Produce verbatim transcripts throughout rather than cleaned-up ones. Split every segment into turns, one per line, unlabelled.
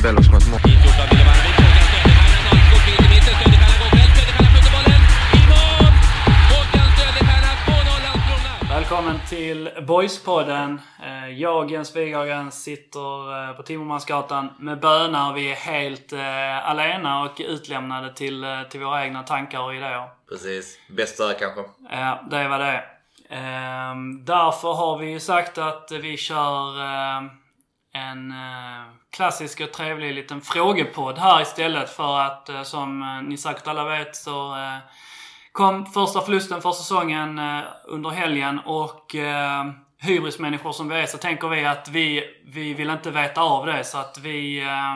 spelare som har ett mål.
Välkommen till Boyspodden. Jag, Jens Wighagen, sitter på Timmermansgatan med bönar. Vi är helt eh, alena och utlämnade till, till våra egna tankar och idéer.
Precis, bästa kanske.
Ja, det var det. Eh, därför har vi ju sagt att vi kör eh, en eh, klassisk och trevlig liten frågepodd här istället. För att eh, som eh, ni säkert alla vet så eh, kom första förlusten för säsongen eh, under helgen. Och eh, hybrismänniskor som vi är, så tänker vi att vi, vi vill inte veta av det. Så att vi, eh,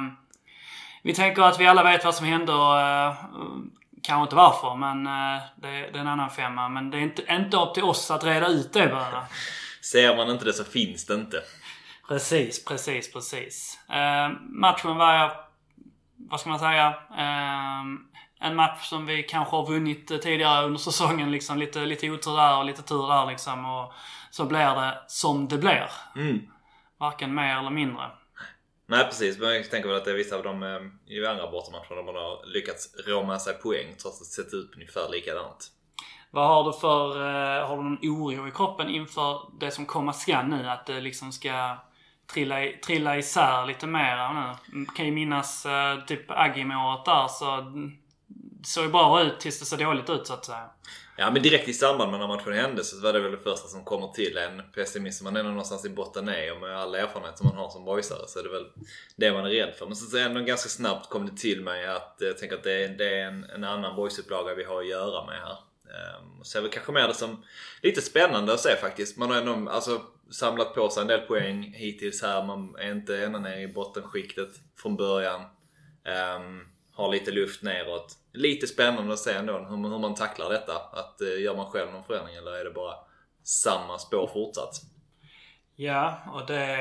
vi tänker att vi alla vet vad som hände och eh, kanske inte varför, men eh, det, det är en annan femma. Men det är inte, inte upp till oss att reda ut det bara.
Ser man inte det så finns det inte.
Precis, precis, precis. Eh, matchen var, vad ska man säga, eh, en match som vi kanske har vunnit tidigare under säsongen. Liksom, lite, lite otur där och lite tur där. Liksom, och så blir det som det blir.
Mm.
Varken mer eller mindre.
Nej, precis. Men jag tänker väl att det är vissa av dem eh, i andra bortamatcher där man har lyckats råma sig poäng trots att det sett ut ungefär likadant.
Vad har du för, eh, har du någon oro i kroppen inför det som kommer ska nu? Att det liksom ska trilla, i, trilla isär lite mer nu? Kan ju minnas eh, typ Agim-året där, så det såg ju bra ut tills det såg dåligt ut så att säga.
Ja, men direkt i samband med när matchen hände så var det väl det första som kommer till en pessimism. Man är någonstans i botten är, och med all erfarenhet som man har som boysare så är det väl det man är rädd för. Men så ändå ganska snabbt kom det till mig att jag tänker att det är, det är en, en annan boysupplaga vi har att göra med här. Um, så är väl kanske mer det som lite spännande att se faktiskt. Man har ändå alltså, samlat på sig en del poäng hittills här. Man är inte ända ner i bottenskiktet från början. Um, har lite luft neråt. Lite spännande att se ändå hur, hur man tacklar detta. Att uh, gör man själv någon förändring eller är det bara samma spår fortsatt?
Ja, och det,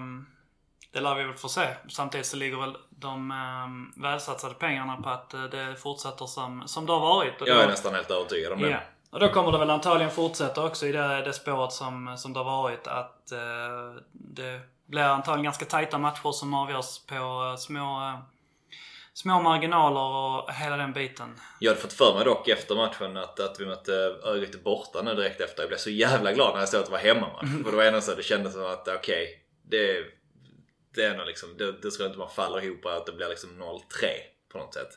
det lär vi väl få se. Samtidigt så ligger väl de um, välsatsade pengarna på att uh, det fortsätter som, som det har varit. Och
Jag är
då,
nästan helt övertygad om det.
Ja. Och då kommer det väl antagligen fortsätta också i det, det spåret som, som det har varit. Att uh, det blir antagligen ganska tajta matcher som avgörs på uh, små... Uh, Små marginaler och hela den biten.
Jag hade fått för mig dock efter matchen att, att vi mötte Örgryte borta nu direkt efter. Jag blev så jävla glad när jag såg att det var hemmamatch. Mm. För det var ändå så att det kändes som att okej, okay, det, det är nog liksom, det, det ska inte man faller ihop att det blir liksom noll tre på något sätt.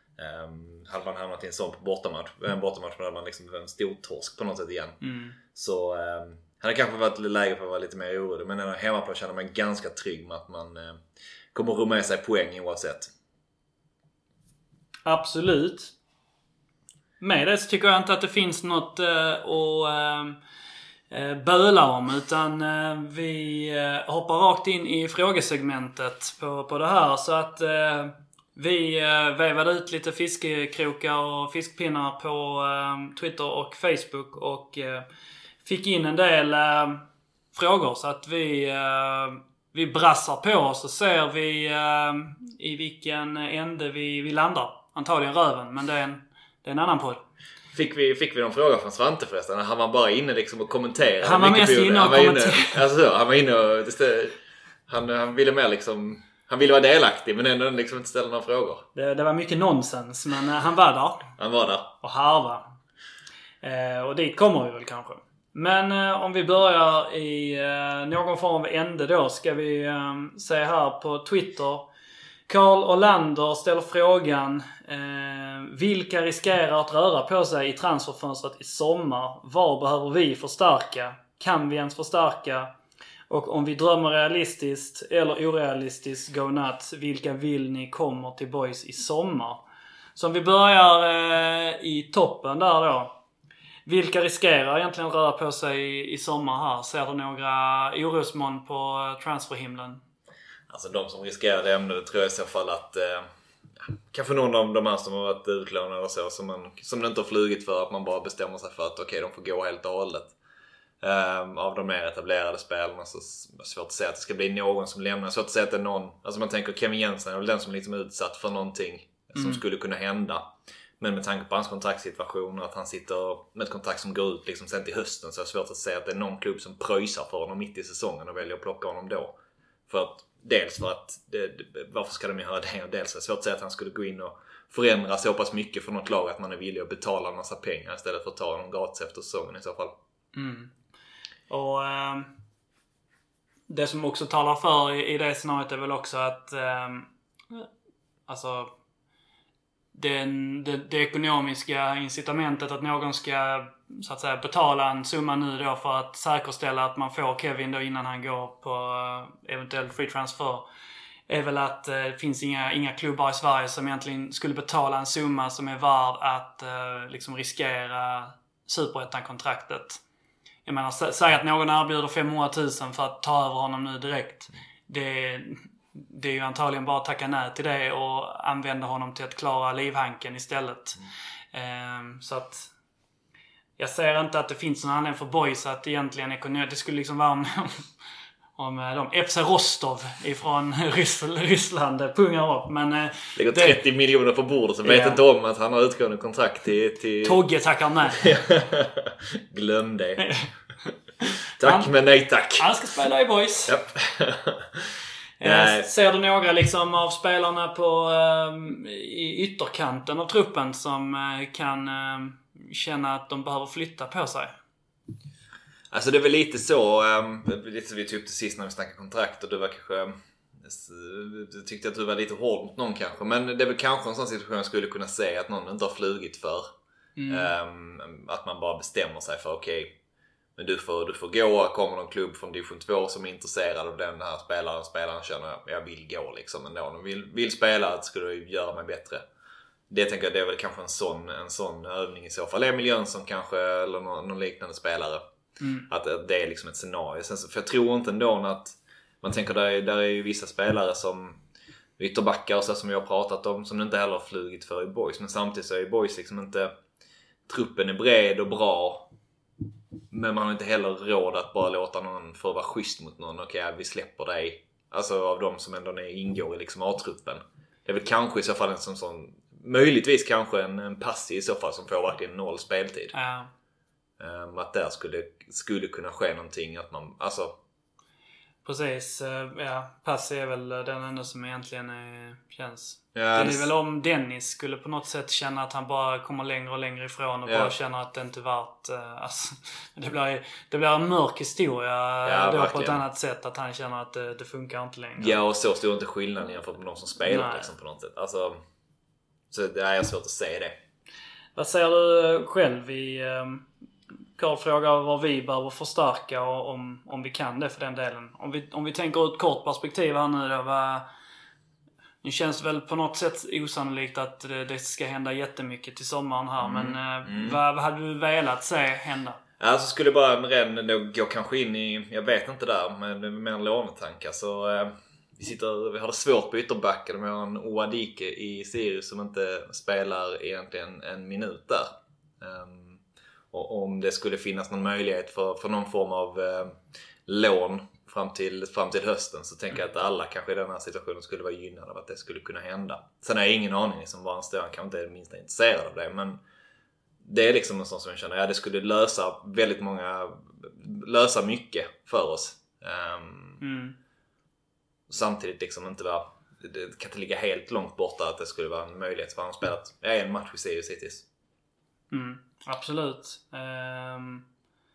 Um, hade man hamnat i en sån på bortamatch, en bortamatch där man liksom en stor torsk på något sätt igen. Mm. Så um, hade kanske varit läge för att vara lite mer orolig. Men hemma på känner man ganska trygg med att man uh, kommer att ro med sig poäng oavsett.
Absolut. Med det så tycker jag inte att det finns något uh, att uh, böla om. Utan uh, vi uh, hoppar rakt in i frågesegmentet på, på det här. Så att uh, vi uh, vävade ut lite fiskekrokar och fiskpinnar på uh, Twitter och Facebook. Och uh, fick in en del uh, frågor. Så att vi... Uh, Vi brassar på oss och ser vi uh, i vilken ände vi, vi landar. Antagligen röven, men det är en, det är en annan podd.
Fick vi, fick vi någon fråga från Svante förresten? Han var bara inne liksom och kommenterade.
Han var mest inne och kommenterade.
Alltså, han var inne och... Det, han, han ville mer liksom... Han ville vara delaktig men ändå liksom inte ställa några frågor.
Det, det var mycket nonsens, men uh, han var där.
Han var där.
Och harva. Uh, och dit kommer vi väl kanske. Men eh, om vi börjar i eh, någon form av ände då ska vi eh, se här på Twitter. Karl Olander ställer frågan eh, vilka riskerar att röra på sig i transferfönstret i sommar? Var behöver vi förstärka? Kan vi ens förstärka? Och om vi drömmer realistiskt eller orealistiskt, go nuts. Vilka vill ni kommer till Boys i sommar? Så om vi börjar eh, i toppen där då. Vilka riskerar egentligen röra på sig i, i sommar här? Ser du några orosmoln på transferhimlen?
Alltså de som riskerar det ämnet tror jag i så fall att eh, kanske någon av de här som har varit utlånade och så som, man, som det inte har flugit för att man bara bestämmer sig för att okej, okay, de får gå helt och hållet. Um, av de mer etablerade spelarna så är det svårt att säga att det ska bli någon som lämnar. Svårt att säga att det är någon, alltså man tänker Kevin Jensen är väl den som liksom är utsatt för någonting som mm. skulle kunna hända. Men med tanke på hans kontraktssituation och att han sitter med ett kontrakt som går ut liksom sen till hösten så är det svårt att säga att det är någon klubb som pröjsar för honom mitt i säsongen och väljer att plocka honom då. För att dels för att det, varför ska de göra det, och dels är det svårt att säga att han skulle gå in och förändra så pass mycket för något lag att man är villig att betala en massa pengar istället för att ta dem gratis efter säsongen i så fall.
Mm. Och eh, det som också talar för i, i det scenariot är väl också att eh, alltså det, det, det ekonomiska incitamentet att någon ska så att säga betala en summa nu då för att säkerställa att man får Kevin då innan han går på uh, eventuell free transfer är väl att uh, det finns inga, inga klubbar i Sverige som egentligen skulle betala en summa som är värd att uh, liksom riskera Superettan-kontraktet. Jag menar, sä- säg att någon erbjuder femhundratusen för att ta över honom nu direkt. Det, det är ju antagligen bara att tacka nej till det och använda honom till att klara livhanken istället. Mm. Um, så att jag ser inte att det finns någon anledning för Boys att egentligen ekonomiskt. Det skulle liksom vara om, om de F C Rostov ifrån Ryssland, Ryssland pungar upp. Men
lägger trettio det, miljoner på bordet så vet ja. inte om att han har utgående kontrakt till... till...
Togge tackar nej.
Glöm det. Tack han, men nej tack.
Han ska spela i Boys.
Japp.
eh, ser du några liksom av spelarna på eh, i ytterkanten av truppen som eh, kan... Eh, känna att de behöver flytta på sig?
Alltså det är väl lite så um, lite som vi tog upp det sist när vi snackade kontrakt och du var kanske um, jag tyckte att du var lite hård mot någon kanske, men det är väl kanske en sån situation jag skulle kunna säga att någon inte har flugit för mm. um, att man bara bestämmer sig för okej, okay, men du får, du får gå, kommer någon klubb från division två som är intresserad av den här spelaren, spelaren känner jag, jag vill gå liksom ändå, de vill, vill spela, att skulle göra mig bättre. Det tänker jag, det är väl kanske en sån, en sån övning i så fall. Emil Jönsson kanske, eller någon, någon liknande spelare. Mm. Att det är liksom ett scenario. Sen, för jag tror inte ändå att man tänker, där är, där är ju vissa spelare som ytterbackar och så som jag har pratat om, som inte heller har flugit för i Boys. Men samtidigt så är Boys liksom inte, truppen är bred och bra. Men man har inte heller råd att bara låta någon få vara schysst mot någon. Okej, okay, vi släpper dig. Alltså av de som ändå ingår i liksom A-truppen. Det är väl kanske i så fall en sån sån möjligtvis kanske en, en passi i så fall som får verkligen noll speltid.
Ja.
Um, att där skulle, skulle kunna ske någonting. Att man, alltså...
Precis. Ja, passi är väl den enda som egentligen är, känns.
Ja,
det är väl om Dennis skulle på något sätt känna att han bara kommer längre och längre ifrån och ja. bara känner att det inte är värt... Alltså, det, blir, det blir en mörk historia ja, då på ett annat sätt. Att han känner att det, det funkar inte längre.
Ja, och så står inte skillnaden jämfört med de som spelar liksom, på något sätt. Alltså... Så det är svårt att säga det.
Vad säger du själv i... Karl frågar vad vi behöver förstärka och om, om vi kan det för den delen. Om vi, om vi tänker ett kort perspektiv här nu då. Vad, nu känns det väl på något sätt osannolikt att det, det ska hända jättemycket till sommaren här. Mm, men mm. Vad, vad hade du velat se hända?
Alltså skulle bara redan då gå kanske in i... Jag vet inte där, men det är mer en lånetankar. Så... Eh, Vi, sitter, vi har det svårt på ytterbacken. Vi har en Oadike i Sirius som inte spelar egentligen en minut där. Um, och om det skulle finnas någon möjlighet för, för någon form av uh, lån fram till, fram till hösten, så tänker jag att alla kanske i den här situationen skulle vara gynnade av att det skulle kunna hända. Sen har jag ingen aning som var en större, kanske inte är det minsta intresserad av det, men det är liksom en sån som jag känner, ja, det skulle lösa väldigt många, lösa mycket för oss. Um,
mm.
Samtidigt liksom inte vara, det kan inte ligga helt långt borta att det skulle vara en möjlighet för han spelat en match i Sirius hittills.
Mm, absolut. Um,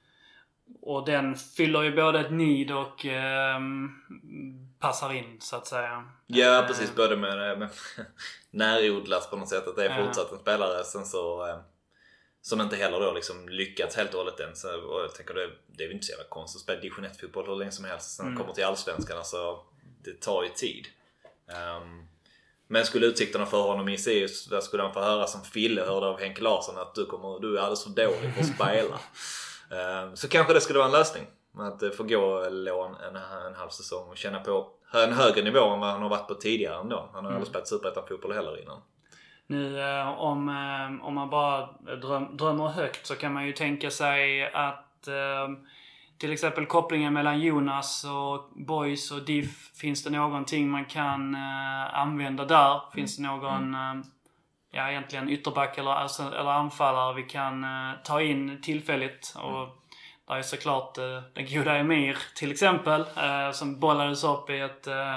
och den fyller ju både ett need och um, passar in så att säga.
Ja, precis. Både med, med närodlas på något sätt, att det är fortsatt en spelare sen så um, som inte heller då liksom lyckats helt och hållet än. Så, och jag tänker det, det är ju inte så jävla konstigt att spela division ett-fotboll hur länge som helst. Sen mm. kommer till allsvenskan, alltså det tar ju tid. Um, men skulle utsikterna för honom i Sirius, där skulle han få höra som Fille hörde av Henke Larsson att du, kommer, du är alldeles för dålig för att spela. um, så kanske det skulle vara en lösning. Att få gå lån en, en halv säsong och känna på en högre nivå än vad han har varit på tidigare ändå. Han har mm. aldrig spelat Superettan-fotboll heller innan.
Nu eh, om, eh, om man bara dröm, drömmer högt så kan man ju tänka sig att eh, till exempel kopplingen mellan Jonas och Boys och Diff, finns det någonting man kan eh, använda där? Finns det någon eh, ja, egentligen ytterback eller, alltså, eller anfallare vi kan eh, ta in tillfälligt? Och Där är såklart uh, den goda Emir till exempel. Uh, som bollades upp i ett... Uh,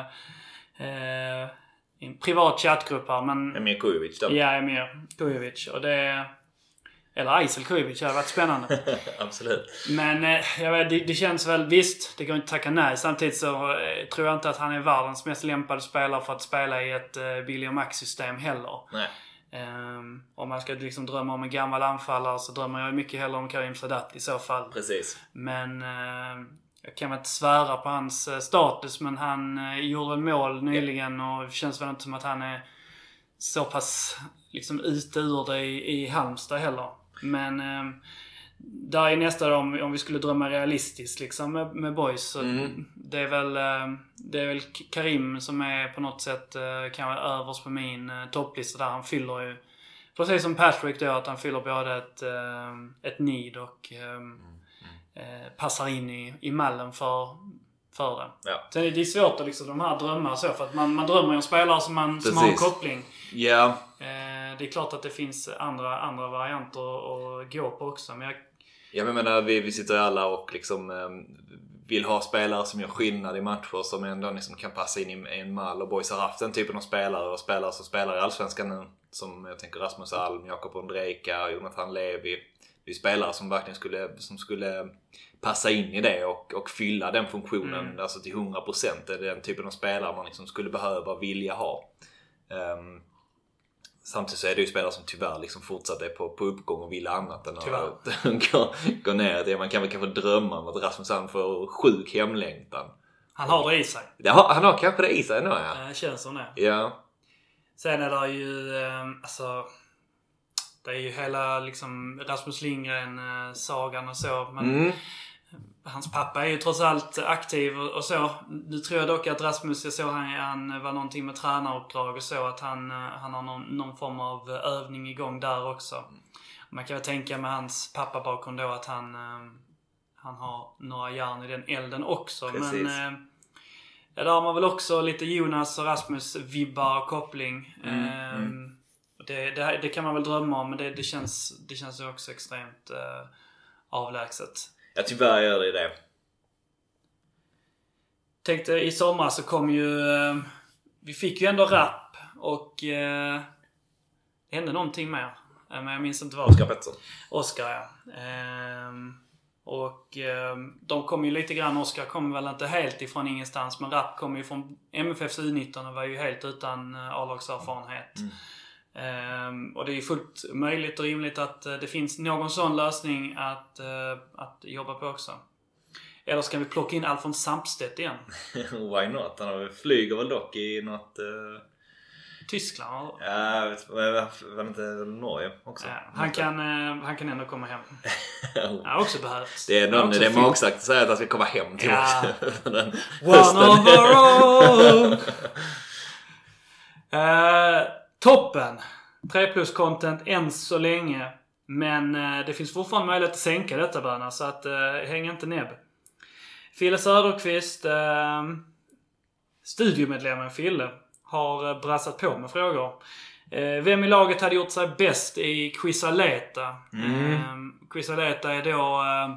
uh, i en privat chattgrupp här. Men,
Emir Kujovic då?
Ja, Emir Kujovic. Och det... Eller Aysel Kujovic, det hade varit spännande.
Absolut.
Men eh, jag vet, det, det känns väl, visst, det går inte att tacka nej. Samtidigt så eh, tror jag inte att han är världens mest lämpade spelare för att spela i ett eh, Billy och Max-system heller.
Nej.
Um, om man ska liksom drömma om en gammal anfallare så drömmer jag mycket hellre om Karim Sadat i så fall.
Precis.
Men eh, jag kan väl inte svära på hans eh, status, men han eh, gjorde en mål nyligen och det känns väl inte som att han är så pass liksom ute ur det i, i Halmstad heller. Men eh, där är nästa då, om, om vi skulle drömma realistiskt liksom med, med boys så mm. det är väl eh, det är väl Karim som är på något sätt eh, kanske överst på min eh, topplista där. Han fyller ju precis som Patrick då, att han fyller både ett, eh, ett need och eh, mm. eh, passar in i, i mallen för för det.
Ja.
Sen är det svårt att liksom de här drömmar så, för att man, man drömmer ju om spelare som, man, som har en koppling.
Ja. Yeah.
Eh, det är klart att det finns andra, andra varianter att gå på också. Men jag...
jag menar, vi, vi sitter alla och liksom eh, vill ha spelare som gör skillnad i matcher, som ändå liksom kan passa in i, i en mall. Och boys har haft den typen av spelare och spelare som spelar i Allsvenskan nu. Som jag tänker Rasmus Alm, Jakob Ondrejka, Jonathan Levi. Det är spelare som verkligen skulle, som skulle passa in i det och, och fylla den funktionen mm. alltså till hundra procent. Det är den typen av spelare man liksom skulle behöva och vilja ha. Um, samtidigt så är det ju spelare som tyvärr liksom fortsatt är på, på uppgång och vill annat än att gå, gå ner. Det man kan väl kanske drömma om att Rasmus Alm får sjuk hemlängtan.
Han har det i sig.
Ja, han har kanske det i sig ändå, ja.
Det känns som det.
Ja.
Sen är det ju alltså... Det är ju hela liksom Rasmus Lindgren-sagan och så. Men mm. hans pappa är ju trots allt aktiv och så. Nu tror jag dock att Rasmus, jag såg han, han var någonting med tränaruppdrag och så. Att han, han har någon, någon form av övning igång där också. Man kan väl tänka med hans pappa bakom då att han, han har några järn i den elden också.
Precis.
Men ja, där har man väl också lite Jonas och Rasmus vibbar och koppling.
Mm.
Ehm,
mm.
Det, det, det kan man väl drömma om, men det, det, känns, det känns ju också extremt uh, avlägset.
Ja, tyvärr gör det det.
Tänkte i sommar så kom ju... Uh, vi fick ju ändå rap och uh, det hände någonting mer. Uh, men jag minns inte vad.
Oskar Pettersson.
Oskar, ja. Uh, och uh, de kom ju lite grann, Oskar kom väl inte helt ifrån ingenstans, men rap kom ju från M F F:s U nitton och var ju helt utan uh, A-lagserfarenhet. Mm. Um, och det är fullt möjligt och rimligt att uh, det finns någon sån lösning att, uh, att jobba på också. Eller ska vi plocka in Alfons Sampstedt igen?
Why not? Han flyger väl dock i något... Uh...
Tyskland?
Ja, jag vet, var det inte Norge också?
Ja, han, kan, uh, han kan ändå komma hem. Ja, också behövs.
Det är någon, det är magsagt att säga att han ska komma hem till
ja.
den
One of our own! uh, Toppen! tre plus content än så länge. Men eh, det finns fortfarande möjlighet att sänka detta börna. Så att eh, häng inte näbb. Fille Söderqvist, eh, studiomedlemmen Fille, har eh, brassat på med frågor. Eh, vem i laget hade gjort sig bäst i Quizaleta? Mm. Eh, Quizaleta är då eh,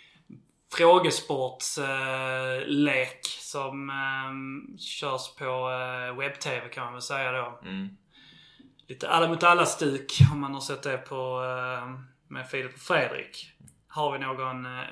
frågesportslek eh, som eh, körs på eh, webb-tv kan man väl säga då. Mm. Lite alla mot alla stuk om man har sett det på uh, med Filip och Fredrik. Har vi någon uh,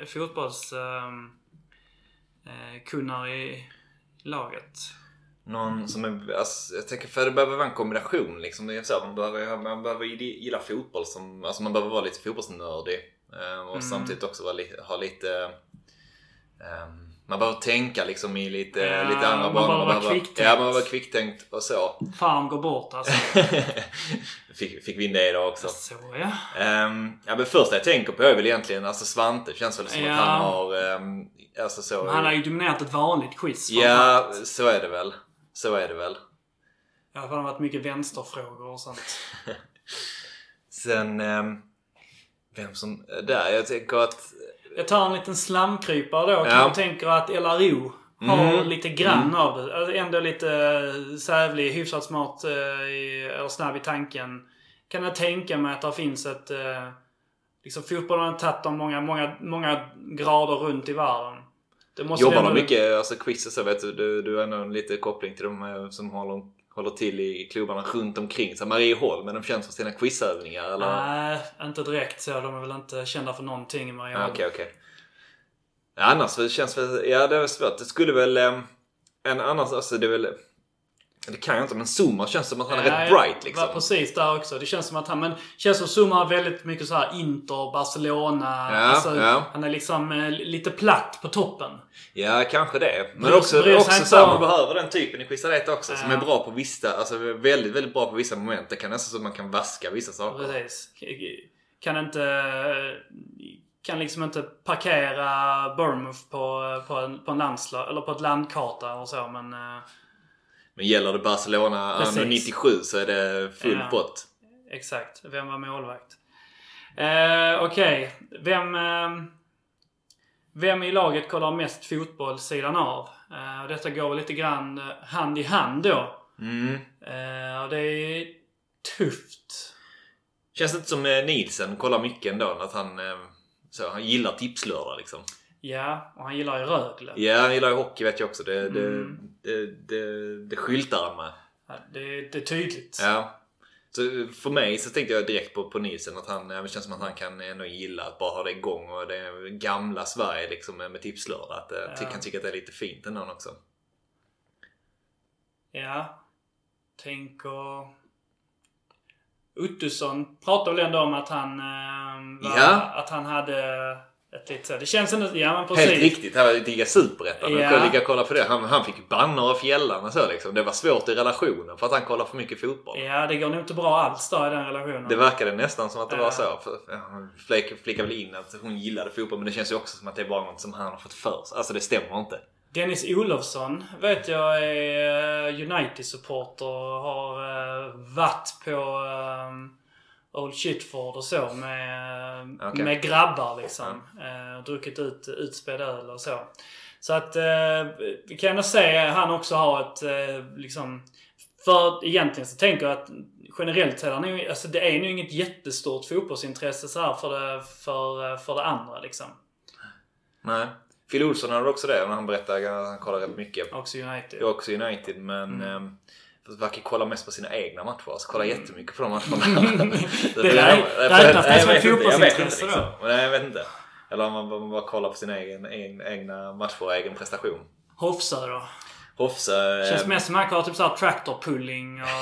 fotbollskunnare uh, uh, i laget?
Någon som är, alltså, jag tänker för det behöver vara en kombination liksom. Det är så, man behöver, man behöver gilla fotboll som, alltså man behöver vara lite fotbollsnördig uh, och mm. samtidigt också vara, ha lite um, man behöver tänka liksom i lite, ja, lite andra
banor. Man
behöver
vara kvicktänkt.
Ja, man behöver vara kvicktänkt och så.
Fan går bort alltså.
fick, fick vi in det idag också.
Så ja.
Um, ja, men första jag tänker på är väl egentligen alltså Svante. Känns väl som ja. att han har... Um, alltså så,
han har ju dominerat ett vanligt quiz.
Ja, så är det väl. Så är det väl.
Ja, för det har varit mycket vänsterfrågor och sånt.
Sen... Um, vem som... Där, jag tänker att...
Jag tar en liten slamkrypare då. Ja. Jag tänker att L R O har mm. lite grann mm. av det. Alltså ändå lite sävlig, hyfsat smart eller snabb i tanken. Kan jag tänka mig att det finns ett, liksom fotbollen har tagit dem många, många, många grader runt i världen. Det måste
jobbar
ändå...
de mycket, alltså quiz och så vet du, du, du har ändå lite koppling till de som håller, håller till i klubbarna runt omkring. Så Marieholm, men de känns för sina quizövningar eller?
Nej, inte direkt så. De är väl inte kända för någonting i Marieholm.
Ah, okej, okay, okej. Okay. Ja, annars det känns väl, ja det är svårt. Det skulle väl, en annars, alltså det är väl, det kan jag inte, men Zuma känns som att han är ja, rätt bright liksom.
Ja, precis där också. Det känns som att han, men känns som Zuma har väldigt mycket så här Inter, Barcelona.
Ja,
alltså,
ja.
Han är liksom eh, lite platt på toppen.
Ja, kanske det. Men
Brus,
också,
Brus,
också så
har...
man behöver den typen i quizarete också. Ja. Som är bra på vissa, alltså väldigt, väldigt bra på vissa moment. Det kan nästan så att man kan vaska vissa saker.
Precis. Kan inte... Kan liksom inte parkera Bournemouth på, på, en, på en landslag eller på ett landkarta och så, men...
Men gäller det Barcelona anno nittiosju så är det full ja, pott.
Exakt. Vem var målvakt? Eh, Okej. Okay. Vem, eh, vem i laget kollar mest fotboll sidan av? Eh, detta går väl lite grann hand i hand då.
Mm.
Eh, och det är tufft.
Känns det inte som Nielsen kollar mycket ändå? Att han, eh, så, han gillar tipslördag liksom.
Ja, och han gillar ju Rögle.
Ja, han gillar ju hockey vet jag också. Det, det, mm. det, det, det skyltar han med.
Ja, det, det är tydligt.
Ja. Så för mig så tänkte jag direkt på, på Nielsen att han, det känns som att han kan ändå gilla att bara ha det igång. Och det gamla Sverige liksom med tipslördag. Att jag ja. kan tycka att det är lite fint ändå också.
Ja. Tänker... Uttusson pratade väl ändå om att han, äh, var,
ja.
att han hade... Ett litet så. Det känns ändå, ja men precis.
Helt riktigt, här var det digga superrättan.
Ja.
Jag kunde ligga och kolla på det. Han, han fick banner av fjällarna så liksom. Det var svårt i relationen för att han kollar för mycket fotboll.
Ja, det går nog inte bra alls då i den relationen.
Det verkade nästan som att det
ja.
var så. För, ja, hon flickade väl in att hon gillade fotboll, men det känns ju också som att det är bara något som han har fått för sig. Alltså det stämmer inte.
Dennis Olofsson vet jag är United-supporter och har uh, varit på... Uh, Old Shitford och så med, okay. med grabbar liksom. Mm. Eh, druckit ut utspädd öl och så. Så att eh, vi kan nog säga att han också har ett eh, liksom, för egentligen så tänker jag att generellt sedan är, alltså det är nog inget jättestort fotbollsintresse så här för det, för, för det andra liksom.
Nej. Phil Olsson hade också det när han berättade att han kollar rätt mycket.
Också United.
Också United men mm. eh, verkar kolla mest på sina egna matcher. Alltså kolla mm. jättemycket på de matcherna.
det är räknas det som ett fotbollsintresse
liksom. då? Nej, jag vet inte. Eller om man, man bara kollar på sina egen, egen, egna matcher och egen prestation.
Hofsa då?
Hofsa...
Känns mest som att man har typ såhär tractor pulling och...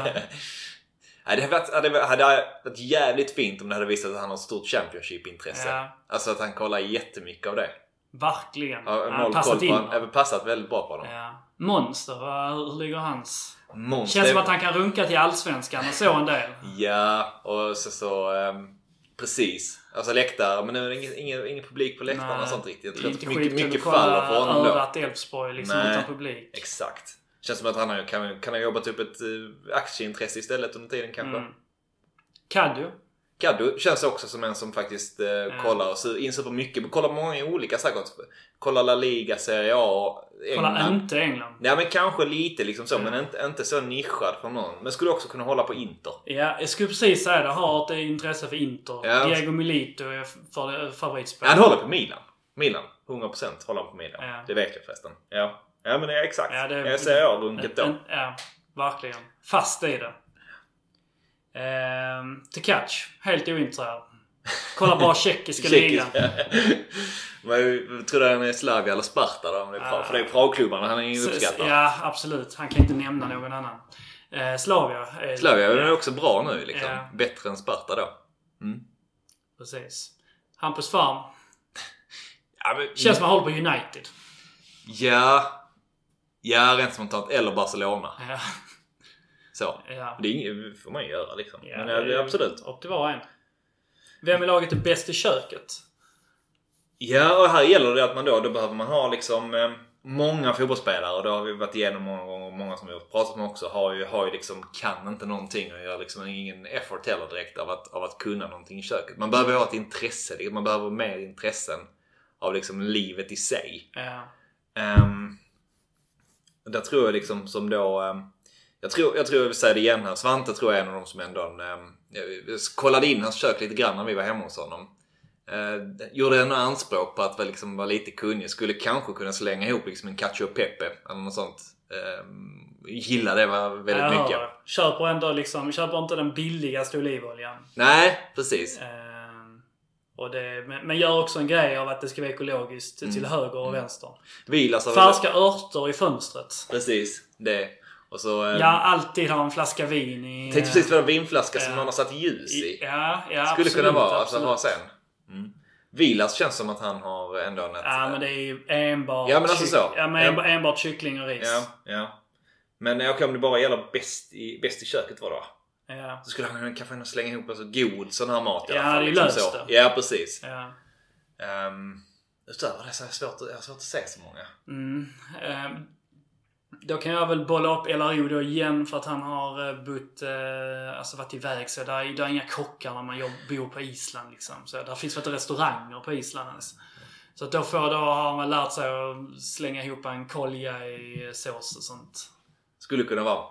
Nej, det hade varit, hade, hade varit jävligt fint om det hade visat att han har ett stort Championship-intresse. Ja. Alltså att han kollar jättemycket av det.
Verkligen.
Ja, han har passat in. Han har passat väldigt bra på honom.
Ja. Monster, hur ligger hans?
Monster.
Känns som att han kan runka till Allsvenskan och så en del.
Ja, och så så... Um, precis. Alltså läktare, men nu är det ingen, ingen, ingen publik på läktaren och sånt riktigt. Jag tror att mycket, mycket faller för honom då.
Örat Elfsborg liksom
Nej,
utan publik.
Exakt. Känns som att han har, kan, kan ha jobbat upp ett uh, aktieintresse istället under tiden kanske. Mm.
Kaddu.
Kaddu känns också som en som faktiskt uh, ja. kollar och inser på mycket. Kollar många olika säkert. Kollar La Liga, Serie A, England.
Kollar inte England.
Ja, men kanske lite liksom så. Mm. Men inte, inte så nischad för någon. Men skulle också kunna hålla på Inter.
Ja, jag skulle precis säga det. Har ett intresse för Inter.
Ja.
Diego Milito är för, favoritspelare.
Han håller på Milan. Milan. hundra procent håller på Milan.
Ja.
Det vet jag förresten. Ja, ja men det är exakt.
Ja, det,
jag säger jag runket då.
En, ja, verkligen. Fast i det. Ehm, till catch. Helt ointresserad. Kolla bara tjeckiska ligan.
Men tror du han är Slavia eller Sparta då? Om det är ja. För det är Pragklubbarna han är ju uppskattad.
Ja, absolut. Han kan inte nämna någon annan. Eh, Slavia. Är,
Slavia är ja. också bra nu liksom. Ja. Bättre än Sparta då. Mm.
Precis. Hampus Farm.
Ja, men,
känns som att han håller på United.
Ja. Ja, rent spontant. Eller Barcelona.
Ja.
Så.
Ja.
Det är inget får man göra liksom.
Ja,
men det är absolut.
Upp till var och en. Vem i laget är bäst i köket?
Ja, och här gäller det att man då, då behöver man ha liksom eh, många fotbollsspelare. Och det har vi varit igenom många gånger. Många som vi har pratat med också har ju, har ju liksom, kan inte någonting och gör liksom ingen effort heller direkt av att, av att kunna någonting i köket. Man behöver ha ett intresse. Man behöver mer intressen av liksom livet i sig.
Ja.
Um, där tror jag liksom som då... Um, Jag tror, jag tror jag vill säga det igen här. Svante tror jag är en av de som ändå... Eh, jag kollade in hans kök lite grann när vi var hemma hos honom. Eh, gjorde ändå anspråk på att vara, liksom, vara lite kunnig. Skulle kanske kunna slänga ihop liksom, en cacio e pepe eller något sånt. Eh, gillar det var väldigt
jag
mycket.
Hör. Köper ändå liksom, köper inte den billigaste olivoljan.
Nej, precis.
Eh, och det, men, men gör också en grej av att det ska vara ekologiskt mm. till höger och mm. vänster.
Vilas av
färska det. Örter i fönstret.
Precis, det. Och så, eh,
ja, alltid ha en flaska vin i...
Tänkte precis på en vinflaska eh, som någon har satt ljus i.
Ja, ja
skulle
absolut,
kunna vara,
absolut.
alltså ha sen. Mm. Vilas känns som att han har ändå en...
Ja, men det är ju enbart...
Ja, men alltså så.
Ja, men enbart, enbart kyckling och ris.
Ja, ja. Men okej, okay, om det bara gäller bäst i, bäst i köket var då.
Ja.
Så skulle han kanske ändå slänga ihop en så god sån här mat i
ja,
alla fall.
Ja, det är
liksom
löst
så.
det.
Ja, precis.
Ja.
Um, utöver det så är det svårt, jag har svårt att säga så många.
Mm. Um, då kan jag väl bolla upp L R O då igen för att han har bott, uh, alltså varit iväg. Så där, där är inga kockar när man jobb, bor på Island liksom. Så där finns inte restauranger på Island ens. Så att då, får, då har man lärt sig att slänga ihop en kolja i sås och sånt.
Skulle kunna vara.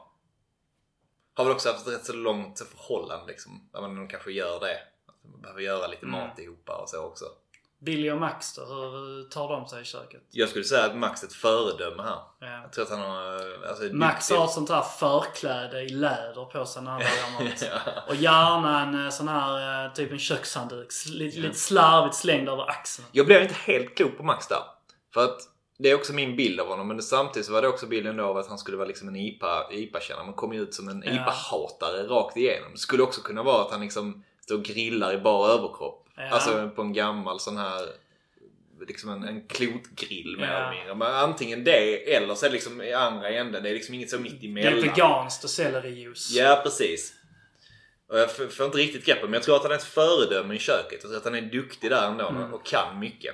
Har väl också haft ett rätt så långt förhållande liksom. Där man kanske gör det. Man behöver göra lite mm. mat ihop och så också.
Billy och Max då, hur tar de sig i köket?
Jag skulle säga att Max är ett föredöme här.
Ja.
Jag tror att han har... Alltså,
Max
duktig.
har ett sånt här förkläde i läder på sig när han lagar mat. ja. Och gärna en sån här, typ en kökshandduk. Lite, ja. lite slarvigt slängd över axeln.
Jag blev inte helt klok på Max där. För att det är också min bild av honom. Men samtidigt så var det också bilden då av att han skulle vara liksom en I P A, I P A-kännare. Man kom ju ut som en ja. I P A-hatare rakt igenom. Det skulle också kunna vara att han liksom står och grillar i bara överkropp. Ja. Alltså på en gammal sån här... liksom en, en klotgrill med ja. eller men antingen det eller så är det liksom i andra änden. Det är liksom inget så mitt emellan.
Det är veganskt och sellerijuice.
Ja, precis. Och jag får, får inte riktigt greppa, men jag tror att han är ett föredöme i köket. Jag tror att han är duktig där ändå mm. och kan mycket.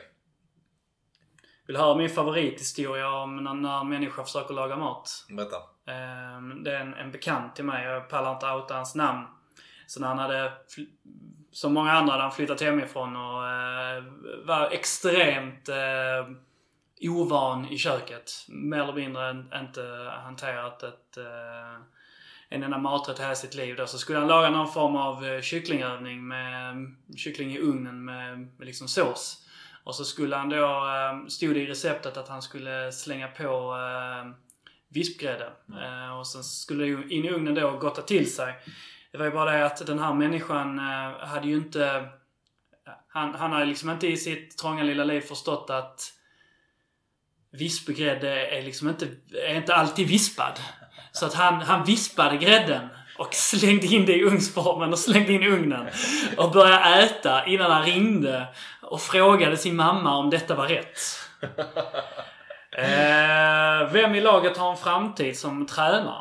Vill du höra min favorithistoria om när, när människor försöker laga mat?
Berätta.
Det är en, en bekant till mig. Jag pallar inte outa hans namn. Så när han hade... Som många andra hade han flyttat hemifrån och eh, var extremt eh, ovan i köket. Mer eller mindre inte hanterat ett, eh, en enda maträtt hela sitt liv. Då. Så skulle han laga någon form av kycklingövning med kyckling i ugnen med, med liksom sås. Och så skulle han då, eh, stod det i receptet att han skulle slänga på eh, vispgrädde. Mm. Eh, och sen skulle det in i ugnen då och gotta till sig. Det var ju bara det att den här människan eh, hade ju inte... Han, han hade liksom inte i sitt trånga lilla liv förstått att vispgrädde är liksom inte, är inte alltid vispad. Så att han, han vispade grädden och slängde in det i ugnsformen och slängde in i ugnen. Och började äta innan han ringde och frågade sin mamma om detta var rätt. Eh, vem i laget har en framtid som tränare?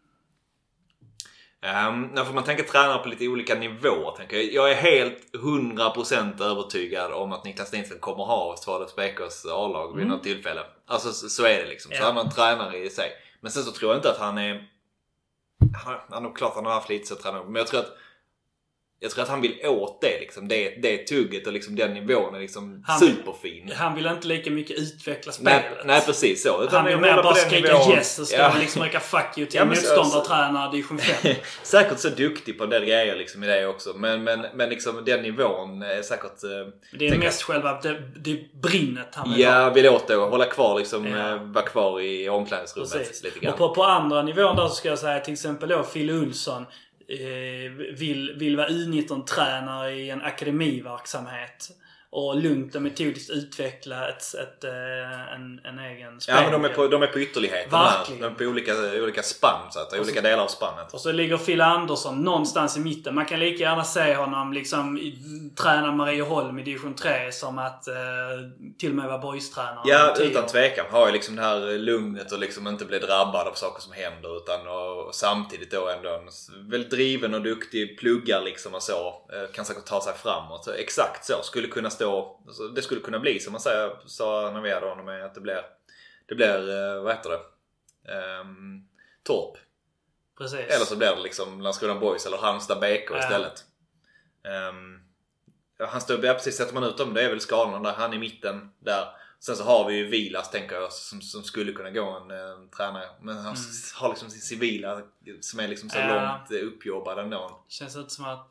Um, när man tänker tränare på lite olika nivåer tänker jag. Jag är helt hundra procent övertygad om att Niklas Lindström kommer ha Svalövs B K:s A-lag vid mm. något tillfälle. Alltså så, så är det liksom. Så ja. Han är en tränare i sig. Men sen så tror jag inte att han är... Han, han är klart att han har haft lite så tränare. Men jag tror att Jag tror att han vill åt det liksom. Det, det tugget och liksom den nivån är liksom han, superfin.
Han vill inte lika mycket utveckla spelet.
Nej, nej precis så.
Utan han vill mer bara skrika nivån. Yes och ska ja. liksom räcka fuck you till ja, motståndartränare division fem.
Säkert så duktig på den grejer liksom i det också. Men, men, men liksom den nivån är säkert...
Det är tänker, mest själva det, det brinnet han
vill Ja, ha. vill åt det och hålla kvar liksom. Ja. Vara kvar i omklädningsrummet.
Precis.
Lite grann.
Och på, på andra nivån där så ska jag säga till exempel då Phil Olsson. Vill, vill vara U nitton-tränare i en akademiverksamhet och lugnt och metodiskt utveckla ett, ett, en, en egen spel.
Ja, men de är på, de är på ytterligheten här. De är på olika, olika spann, så att, och olika så, delar av spannet. Och
så ligger Phil Andersson någonstans i mitten. Man kan lika gärna se honom liksom träna Marieholm i division tre som att eh, till och med vara boys-tränare.
Ja, utan tvekan. Har ju liksom det här lugnet och liksom inte bli drabbad av saker som händer utan och, och samtidigt då ändå en väldigt driven och duktig pluggar liksom och så. Eh, kan säkert ta sig framåt. Så exakt så. Skulle kunna stå, alltså, det skulle kunna bli som man säger, sa när vi hade honom med att det blir det blir, vad heter det um, Torp.
Precis.
Eller så blir det liksom Landskrona Boys eller Halmstad B K ja. istället. um, Han står, ja, precis, sätter man ut dem, det är väl skalan där han i mitten där Sen så har vi ju Vilas, tänker jag, som, som skulle kunna gå en, en tränare. Men han mm. har liksom sin civila som är liksom så äh, långt uppjobbad ändå.
Känns inte som att...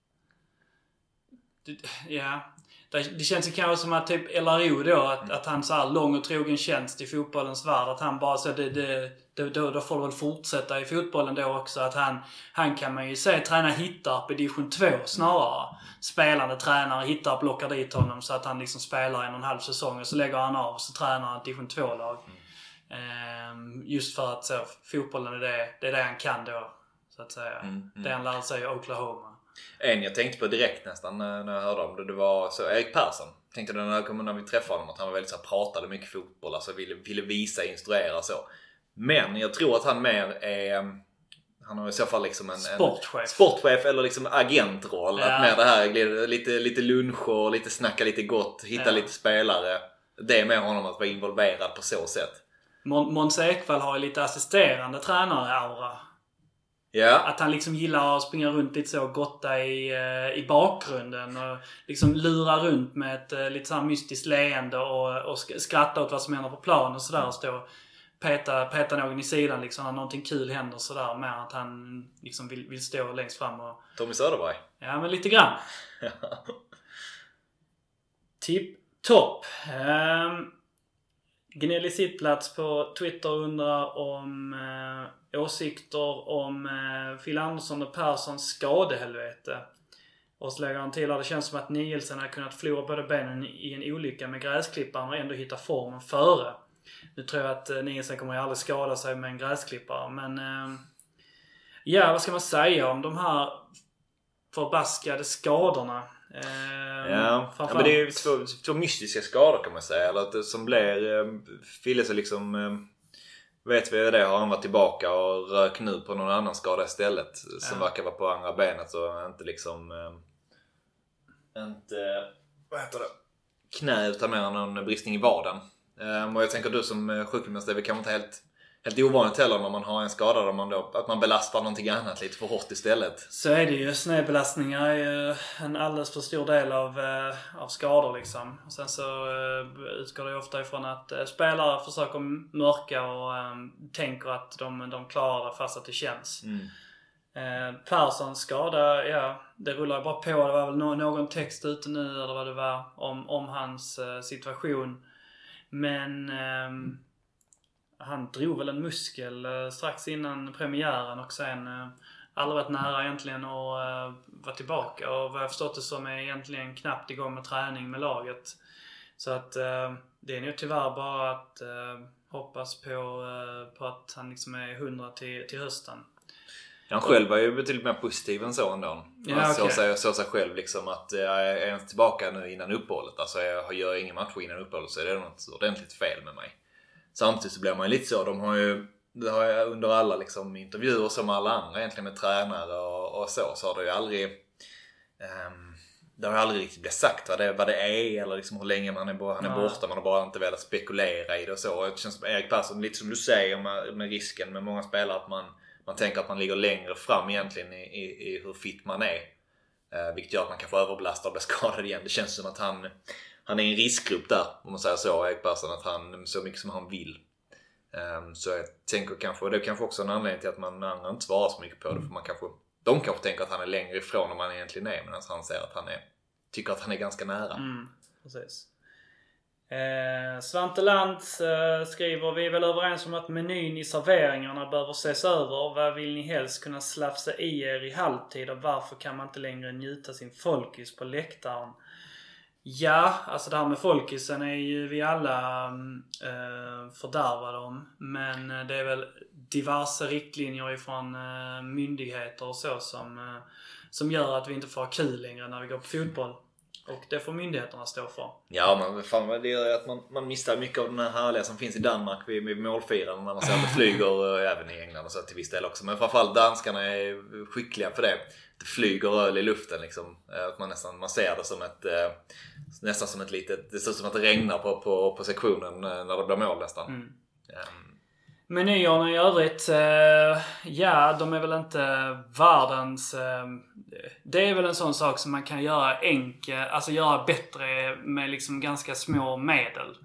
Ja... Det känns ju kanske som att typ L R O då, att, mm. att han så här lång och trogen tjänst i fotbollens värld, att han bara så det, det, det, då, då får det väl fortsätta i fotbollen då också, att han, han kan man ju säga träna Hittarp i division två snarare. Spelande tränare, Hittarp lockar dit honom så att han liksom spelar en och en halv säsong och så lägger han av och så tränar han ett division två-lag. Mm. Ehm, just för att så, fotbollen är det, det är det han kan då, så att säga. Mm. Mm. Det han lärde sig i Oklahoma.
En jag tänkte på direkt nästan när jag hörde om det, det var så Erik Persson. Tänkte när, jag kom, när vi träffade honom att han var väldigt så här, pratade mycket fotboll, alltså ville, ville visa, instruera så. Men jag tror att han mer är, han har i så fall liksom en
sportchef,
en sportchef eller liksom agentroll.
Ja.
Att med det här lite, lite luncher, lite snacka lite gott, hitta ja. lite spelare. Det är med honom att vara involverad på så sätt.
Måns Ekvall har ju lite assisterande tränare-aura.
Yeah.
Att han liksom gillar att springa runt lite så gotta i, i bakgrunden och liksom lura runt med ett lite så här mystiskt leende och, och skratta åt vad som händer på plan och sådär och stå och peta, peta någon i sidan liksom när någonting kul händer sådär, med att han liksom vill, vill stå längst fram och...
Tommy Söderberg.
Ja, men lite grann. Tipp topp. Um, Gnällig sittplats på Twitter undrar om eh, åsikter om eh, Phil Andersson och Perssons skadehelvete. Och så lägger han till att det känns som att Nielsen har kunnat förlora både benen i en olycka med gräsklipparen och ändå hitta formen före. Nu tror jag att eh, Nielsen kommer aldrig skada sig med en gräsklippare. Men eh, ja, vad ska man säga om de här förbaskade skadorna?
Eh, ja. ja, men det är ju två, två mystiska skador kan man säga. Eller att det som blir, eh, Fille så liksom, eh, vet vi det, har han varit tillbaka och rök nu på någon annan skada istället. Som ja. verkar vara på andra benet och inte liksom, eh, inte, vad heter det, knä utan mer någon bristning i vaden. Eh, och jag tänker du som sjukgymnast, det är väl kanske inte helt... Helt ovanligt heller när man har en skada där man då, att man belastar någonting annat lite för hårt istället.
Så är det ju. Snedbelastningar är ju en alldeles för stor del av, av skador liksom. Och sen så utgår det ofta ifrån att spelare försöker mörka och um, tänker att de, de klarar det fast att det känns. Mm. Eh, Perssons skada, ja, det rullar bara på. Det var väl no- någon text ute nu eller vad det var om, om hans uh, situation. Men... Um, han drog väl en muskel eh, strax innan premiären och sen eh, aldrig varit nära egentligen att eh, vara tillbaka. Och vad jag förstått det som är egentligen knappt igång med träning med laget. Så att eh, det är nog tyvärr bara att eh, hoppas på, eh, på att han liksom är hundra till, till hösten.
Han själv var ju betydligt mer positiv än så ändå. Han
ja, okay.
såg sig, såg sig själv liksom att jag är ens tillbaka nu innan uppehållet. Alltså jag gör ingen match innan uppehållet, så är det något ordentligt fel med mig. Samtidigt så blir man ju lite så. De har ju, det har jag under alla liksom intervjuer som alla andra egentligen med tränare och, och så, så har det ju aldrig um, det har ju aldrig riktigt blivit sagt vad det, vad det är eller liksom hur länge man är, han är ja. borta. Man har bara inte velat spekulera i det och så. Och det känns som Erik Persson, lite som du säger med, med risken med många spelare, att man, man tänker att man ligger längre fram egentligen i, i, i hur fit man är. Uh, vilket gör att man kan få överbelasta och bli skadad igen. Det känns som att han Han är i en riskgrupp där, om man säger så, Erik Persson, att han så mycket som han vill. Um, så jag tänker kanske, och det är kanske också en anledning till att man andra inte svarar så mycket på det. För man kanske, de kanske tänker att han är längre ifrån än man egentligen är, medan han säger att han är, tycker att han är ganska nära.
Mm, precis. Eh, Svante Lantz eh, skriver: vi är väl överens om att menyn i serveringarna behöver ses över. Vad vill ni helst kunna slafsa i er i halvtid och varför kan man inte längre njuta sin folkis på läktaren? Ja, alltså det här med folkisen är ju vi alla eh, fördärvade om. Men det är väl diverse riktlinjer ifrån eh, myndigheter och så som, eh, som gör att vi inte får ha kul längre när vi går på fotboll. Och det får myndigheterna stå för.
Ja, men fan, det gör att man, man missar mycket av den här härliga som finns i Danmark vid, vid målfiran. När man ser att det flyger, även i England och så till viss del också. Men framförallt danskarna är skickliga för det. Det flyger öl i luften liksom. Att man nästan, man ser det som ett, nästan som ett litet, det ser ut som att det regnar på, på, på sektionen när det blir mål nästan. Mm. Um.
Menyerna i övrigt, eh, ja, de är väl inte världens... Eh, det är väl en sån sak som man kan göra enkel, alltså göra bättre med liksom ganska små medel.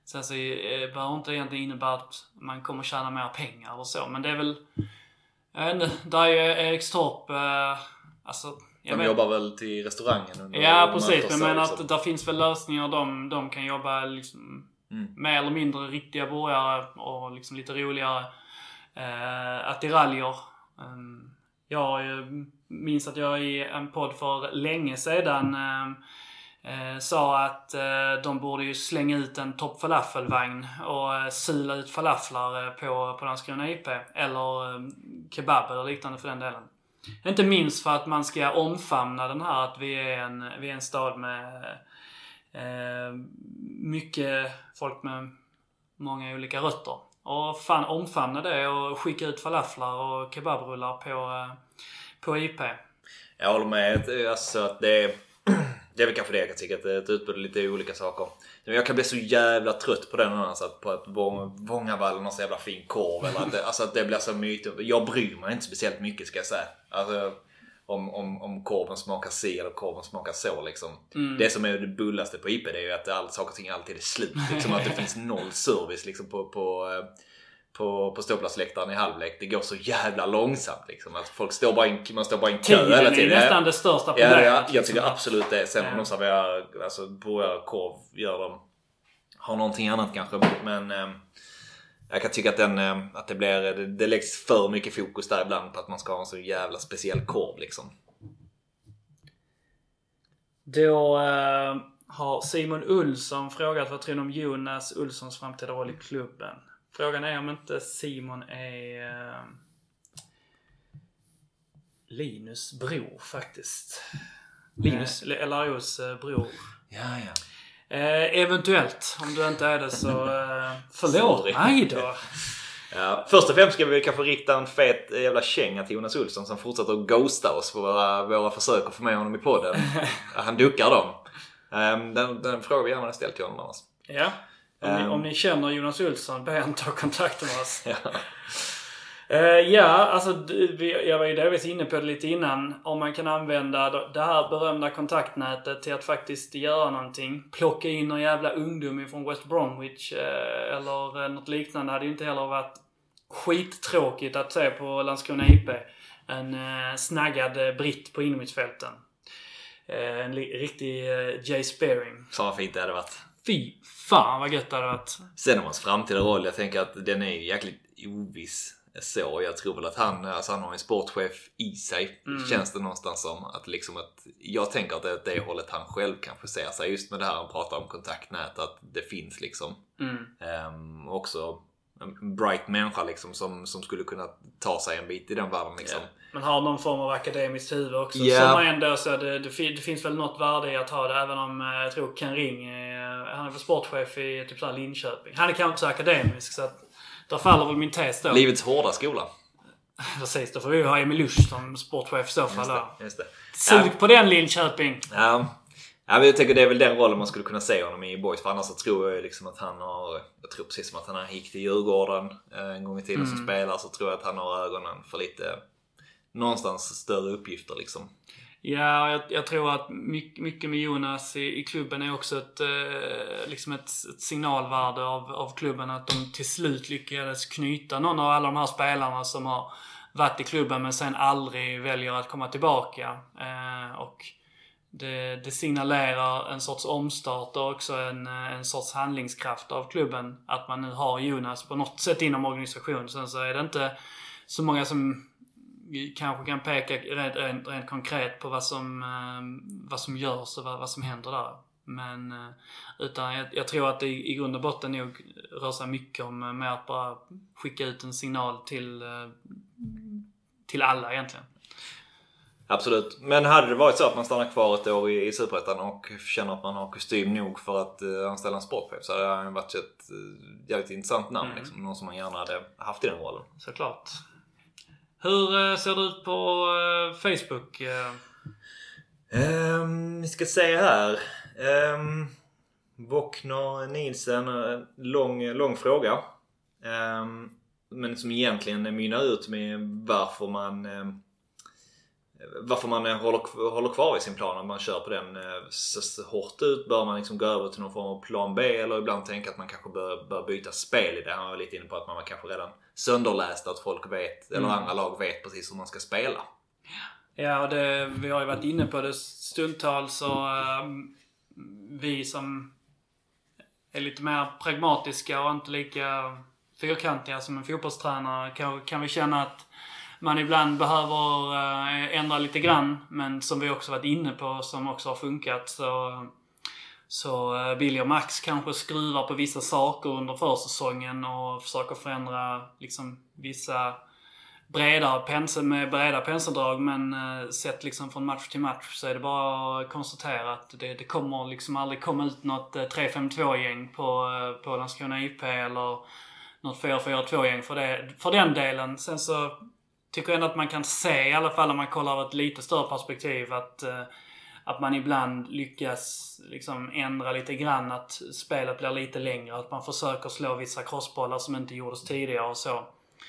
Sen så eh, behöver inte egentligen innebära att man kommer tjäna mer pengar eller så. Men det är väl, jag vet inte, där är Erikstorp, eh, alltså...
De vet, jobbar väl till restaurangen under
ja, precis. Men, men
liksom.
att där finns väl lösningar. De, de kan jobba liksom mm. mer eller mindre riktiga burgare och liksom lite roligare eh, attiraljer. Um, jag minns att jag i en podd för länge sedan eh, eh, sa att eh, de borde ju slänga ut en topp falafelvagn och eh, sula ut falaflar på, på Landskrona I P. Eller eh, kebab eller liknande för den delen. Inte minst för att man ska omfamna den här att vi är en, vi är en stad med eh, mycket folk med många olika rötter. Och fan omfamna det och skicka ut falaflar och kebabrullar på, eh, på I P.
Jag håller med. Alltså att det är, det är väl kanske det jag kan tycka, att det är ett utbud lite olika saker. Jag kan bli så jävla trött på den annars, att på att Vångavallen har så jävla fin korv eller att det, alltså att det blir så mycket. Jag bryr mig inte speciellt mycket, ska jag säga. Alltså om, om, om korven smakar si eller korven smakar så liksom. Mm. Det som är det bullaste på I P, det är ju att all, saker och ting alltid är slut liksom, att det finns noll service liksom på på på, på ståplatsläktaren i halvlek. Det går så jävla långsamt liksom, att folk står bara in, man står bara i en kö hela tiden.
Det är nästan det största problemet.
Ja, jag, jag tycker absolut det. Sen om de serverar alltså burgare, korv, gör de har någonting annat kanske, men eh, jag kan tycka att den eh, att det blir det, det läggs för mycket fokus där ibland på att man ska ha en så jävla speciell korv liksom.
Då eh, har Simon Olsson frågat vad tror ni om Jonas Olssons framtida roll i klubben? Frågan är om inte Simon är eh, Linus bror faktiskt. Linus, eller L R O's eh, bror.
Ja, ja.
Eh, eventuellt, om du inte är det så eh, förlåt mig då.
Ja, först och främst ska vi kanske rikta en fet jävla känga till Jonas Olsson som fortsätter att ghosta oss på våra, våra försök att få med honom i podden. Han duckar dem. Um, den, den frågan vi gärna har ställt till honom annars.
Ja, om, um, ni, om ni känner Jonas Olsson, be han ta kontakt med oss.
Ja.
Uh, ja, alltså jag var ju delvis inne på det lite innan. Om man kan använda det här berömda kontaktnätet till att faktiskt göra någonting. Plocka in någon jävla ungdom från West Bromwich uh, eller något liknande. Det hade ju inte heller varit skittråkigt att se på Landskrona I P. En uh, snaggad uh, britt på inomhusfälten. Uh, en li- riktig uh, Jay Spearing.
Så vad fint det hade varit.
Fy fan vad gött det hade varit.
Sen om hans framtida roll, jag tänker att den är ju jäkligt oviss. Så jag tror väl att han, alltså han har en sportchef i sig. Mm. Känns det någonstans som att liksom att jag tänker att det är det hållet han själv kanske ser sig. Just med det här han pratar om kontaktnät, att det finns liksom
mm.
um, också en bright människa liksom som, som skulle kunna ta sig en bit i den världen liksom.
Yeah. Man har någon form av akademiskt huvud också.
Yeah.
Som ändå så det, det, det finns väl något värde i att ha det, även om jag tror Ken Ring är, han är väl sportchef i typ så här Linköping. Han är kanske inte så akademisk, så att där faller väl min tes då.
Livets hårda skola.
Precis, då får vi ju ha Emil Lusch som sportchef så fall då.
Just det.
Sug
ja.
på den Linköping.
Ja. Ja, men jag tänker det är väl den rollen man skulle kunna se honom i Boys. För annars så tror jag liksom att han har, jag tror precis som att han gick till Djurgården en gång i tiden mm. som spelare, så tror jag att han har ögonen för lite någonstans större uppgifter liksom.
Ja, jag, jag tror att mycket, mycket med Jonas i, i klubben är också ett, eh, liksom ett, ett signalvärde av, av klubben, att de till slut lyckades knyta någon av alla de här spelarna som har varit i klubben men sen aldrig väljer att komma tillbaka. Eh, och det, det signalerar en sorts omstart och också en, en sorts handlingskraft av klubben, att man nu har Jonas på något sätt inom organisationen. Sen så är det inte så många som kanske kan peka rent, rent, rent konkret på vad som, eh, vad som görs och vad, vad som händer där. Men eh, utan jag, jag tror att det i, i grund och botten nog rör sig mycket om med att bara skicka ut en signal till, eh, till alla egentligen.
Absolut. Men hade det varit så att man stannar kvar ett år i, i Superettan och känner att man har kostym nog för att uh, anställa en sportchef, så hade det varit ett uh, jävligt intressant namn. Mm. Liksom, någon som man gärna hade haft i den rollen.
Såklart. Hur uh, ser det ut på uh, Facebook? Uh?
Um, vi ska se här. Um, Vokner Nielsen, uh, lång, lång fråga. Um, men som egentligen mynnar ut med varför man... Um, varför man håller, håller kvar i sin plan om man kör på den så, så hårt ut. Bör man liksom gå över till någon form av plan B eller ibland tänka att man kanske bör, bör byta spel i det. Han var lite inne på att man var kanske redan sönderläst att folk vet, eller mm. andra lag vet precis hur man ska spela.
Ja, och det, vi har ju varit inne på det stundtals och uh, vi som är lite mer pragmatiska och inte lika fyrkantiga som en fotbollstränare kan, kan vi känna att man ibland behöver uh, ändra lite grann, men som vi också varit inne på som också har funkat så, så uh, vill jag Max kanske skruva på vissa saker under försäsongen och försöka förändra liksom vissa bredare pensel med breda penseldrag, men uh, sett liksom från match till match så är det bara att konstatera att det, det kommer liksom aldrig komma ut något uh, tre fem två-gäng på, uh, på Landskrona I P eller något fyra fyra två-gäng för, det, för den delen. Sen så tycker jag ändå att man kan se, i alla fall om man kollar av ett lite större perspektiv, att, uh, att man ibland lyckas liksom ändra lite grann, att spelet blir lite längre, att man försöker slå vissa crossbollar som inte gjordes tidigare och så.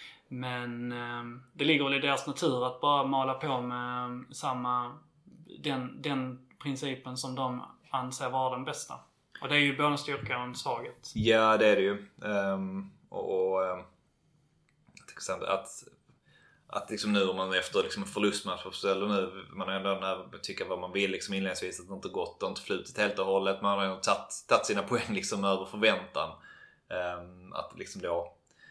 Men eh, det ligger väl i deras natur att bara mala på med eh, samma den, den principen som de anser vara den bästa. Och det är ju både en styrka och en svaghet.
Ja, det är det ju. Um, och och um, till exempel att att liksom nu om man efter liksom en förlustmatch eller nu man ändå när tycker vad man vill liksom inledningsvis att det inte gått och inte flutit helt och hållet, man har ju tagit, tagit sina poäng liksom över förväntan. Um, att liksom då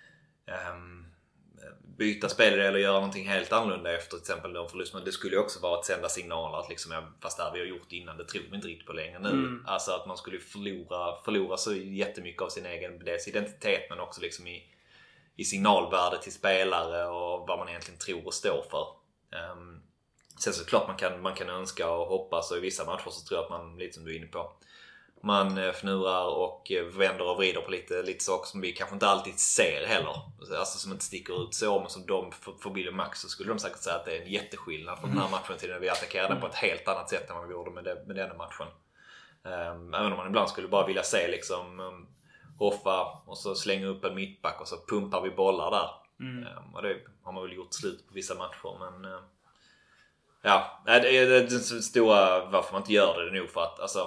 um, byta spel eller göra någonting helt annorlunda efter till exempel en förlust. Men det skulle ju också vara att sända signaler att liksom, fast det här vi har gjort innan, det tror vi inte riktigt på längre nu. Mm. Alltså att man skulle förlora, förlora så jättemycket av sin egen dels identitet, men också liksom i, i signalvärde till spelare och vad man egentligen tror och står för. Um, sen så klart man kan, man kan önska och hoppas, och i vissa matcher så tror jag att man, lite som du är inne på, man fnurar och vänder och vrider på lite, lite saker som vi kanske inte alltid ser heller. Alltså som inte sticker ut så, men som de för Bill och Max så skulle de säkert säga att det är en jätteskillnad från den här matchen till när vi attackerade den på ett helt annat sätt än vad vi gjorde med, det, med denna matchen. Um, även om man ibland skulle bara vilja se liksom um, hoffa och så slänga upp en mittback och så pumpar vi bollar där. Mm. Um, och det har man väl gjort slut på vissa matcher, men uh, ja, det är det, det stora varför man inte gör det, det är nog för att alltså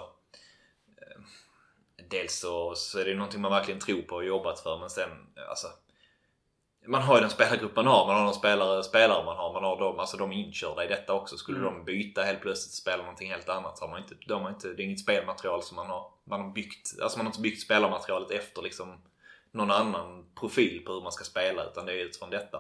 dels så, så är det någonting man verkligen tror på och jobbat för, men sen alltså man har ju den spelargrupp man har, man har de spelare, spelare man har, man har dem, alltså de inkörda i detta också. Skulle mm. de byta helt plötsligt och spela någonting helt annat så har man inte, de har inte, det är inget spelmaterial som man har, man har byggt, alltså man har inte byggt spelarmaterialet efter liksom någon annan profil på hur man ska spela, utan det är utifrån detta.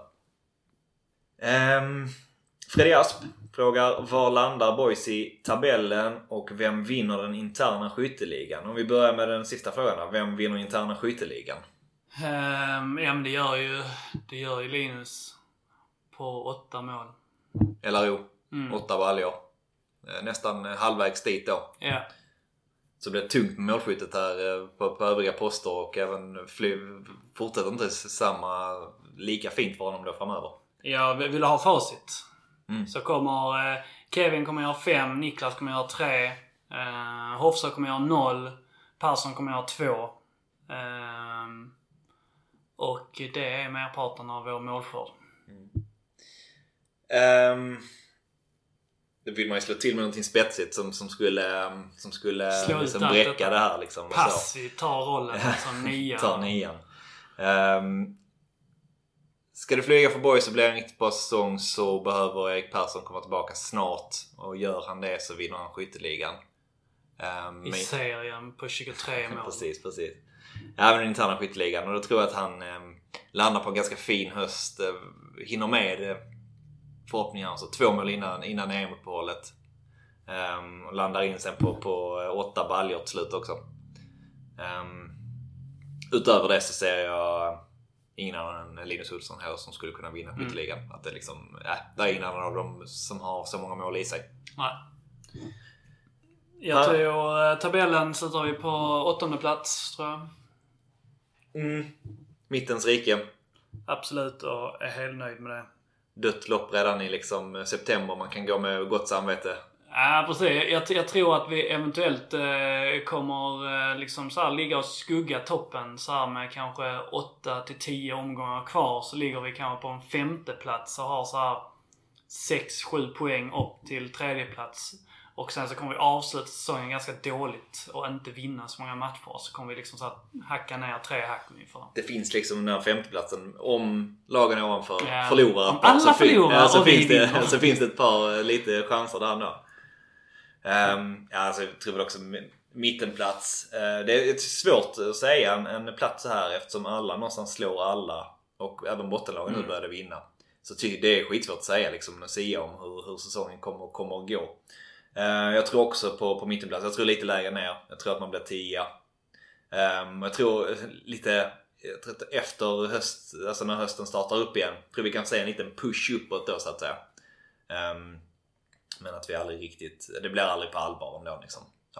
Um, Fredrik Asp frågar, var landar Boys i tabellen och vem vinner den interna skytteligan? Om vi börjar med den sista frågan, vem vinner interna skytteligan?
Um, ja, men det gör ju det gör ju Linus på åtta mål.
Eller jo, mm. åtta baljor. Nästan halvvägs dit då.
Ja. Yeah.
Så blir det tungt med målskyttet här på, på övriga poster, och även fly, fortsätter inte samma lika fint för honom då framöver.
Ja, vi vill ha facit.
Mm.
Så kommer eh, Kevin kommer göra fem, Niklas kommer göra tre, eh, Hofsa kommer göra noll, Persson kommer göra två. Eh, och det är merparten av vår målskörd.
Mm. Um, det vill man ju slå till med någonting spetsigt som, som skulle, som skulle liksom bräcka det här. Liksom,
Passi tar rollen som nian.
tar nian. Um, Ska du flyga för Boys så blir det en riktigt bra säsong, så behöver Erik Persson komma tillbaka snart. Och gör han det så vinner han skytteligan. Um,
I serien på tjugotre mål.
precis, precis. Även den interna skytteligan. Och då tror jag att han um, landar på en ganska fin höst. Uh, hinner med uh, förhoppningar. Så två mål innan, innan E M-uppehållet. Um, och landar in sen på, på uh, åtta baljor till slut också. Um, utöver det så ser jag... Uh, ingen annan än Linus Olsson här som skulle kunna vinna skytteligan. Mm. Att det liksom, äh, det är ingen annan av dem som har så många mål i sig.
Nej. Jag tror äh, tabellen slutar vi på åttonde plats, tror jag.
Mm. Mittens rike.
Absolut, och är helt nöjd med det.
Dött lopp redan i liksom september. Man kan gå med gott samvete.
Ja, precis. Jag, jag tror att vi eventuellt eh, kommer eh, liksom så här ligga och skugga toppen så här med kanske åtta till tio omgångar kvar. Så ligger vi kanske på en femte plats och har så här sex sju poäng upp till tredje plats. Och sen så kommer vi avsluta säsongen ganska dåligt och inte vinna så många matcher. Så kommer vi liksom så att hacka ner tre hack ungefär.
Det finns liksom den här femteplatsen. Om lagen ovanför
ja.
förlorar.
Om alla
så
förlorar
fin- så,
och
finns
vi
det, så finns det ett par lite chanser där då. Um, ja, alltså, jag tror väl också mittenplats. Uh, det är svårt att säga en, en plats så här eftersom alla någonstans slår alla. Och även bottenlagen mm. nu började vinna. Så ty- det är skitsvårt att säga liksom, att säga om hur, hur säsongen kommer, kommer att gå. Uh, jag tror också på, på mittenplats. Jag tror lite lägre ner. Jag tror att man blir tia. Um, jag tror lite jag tror att efter höst, alltså när hösten startar upp igen, tror vi kan säga en liten push uppåt då så att säga. Um, men att vi aldrig riktigt, det blir aldrig på allvar ändå liksom. Så.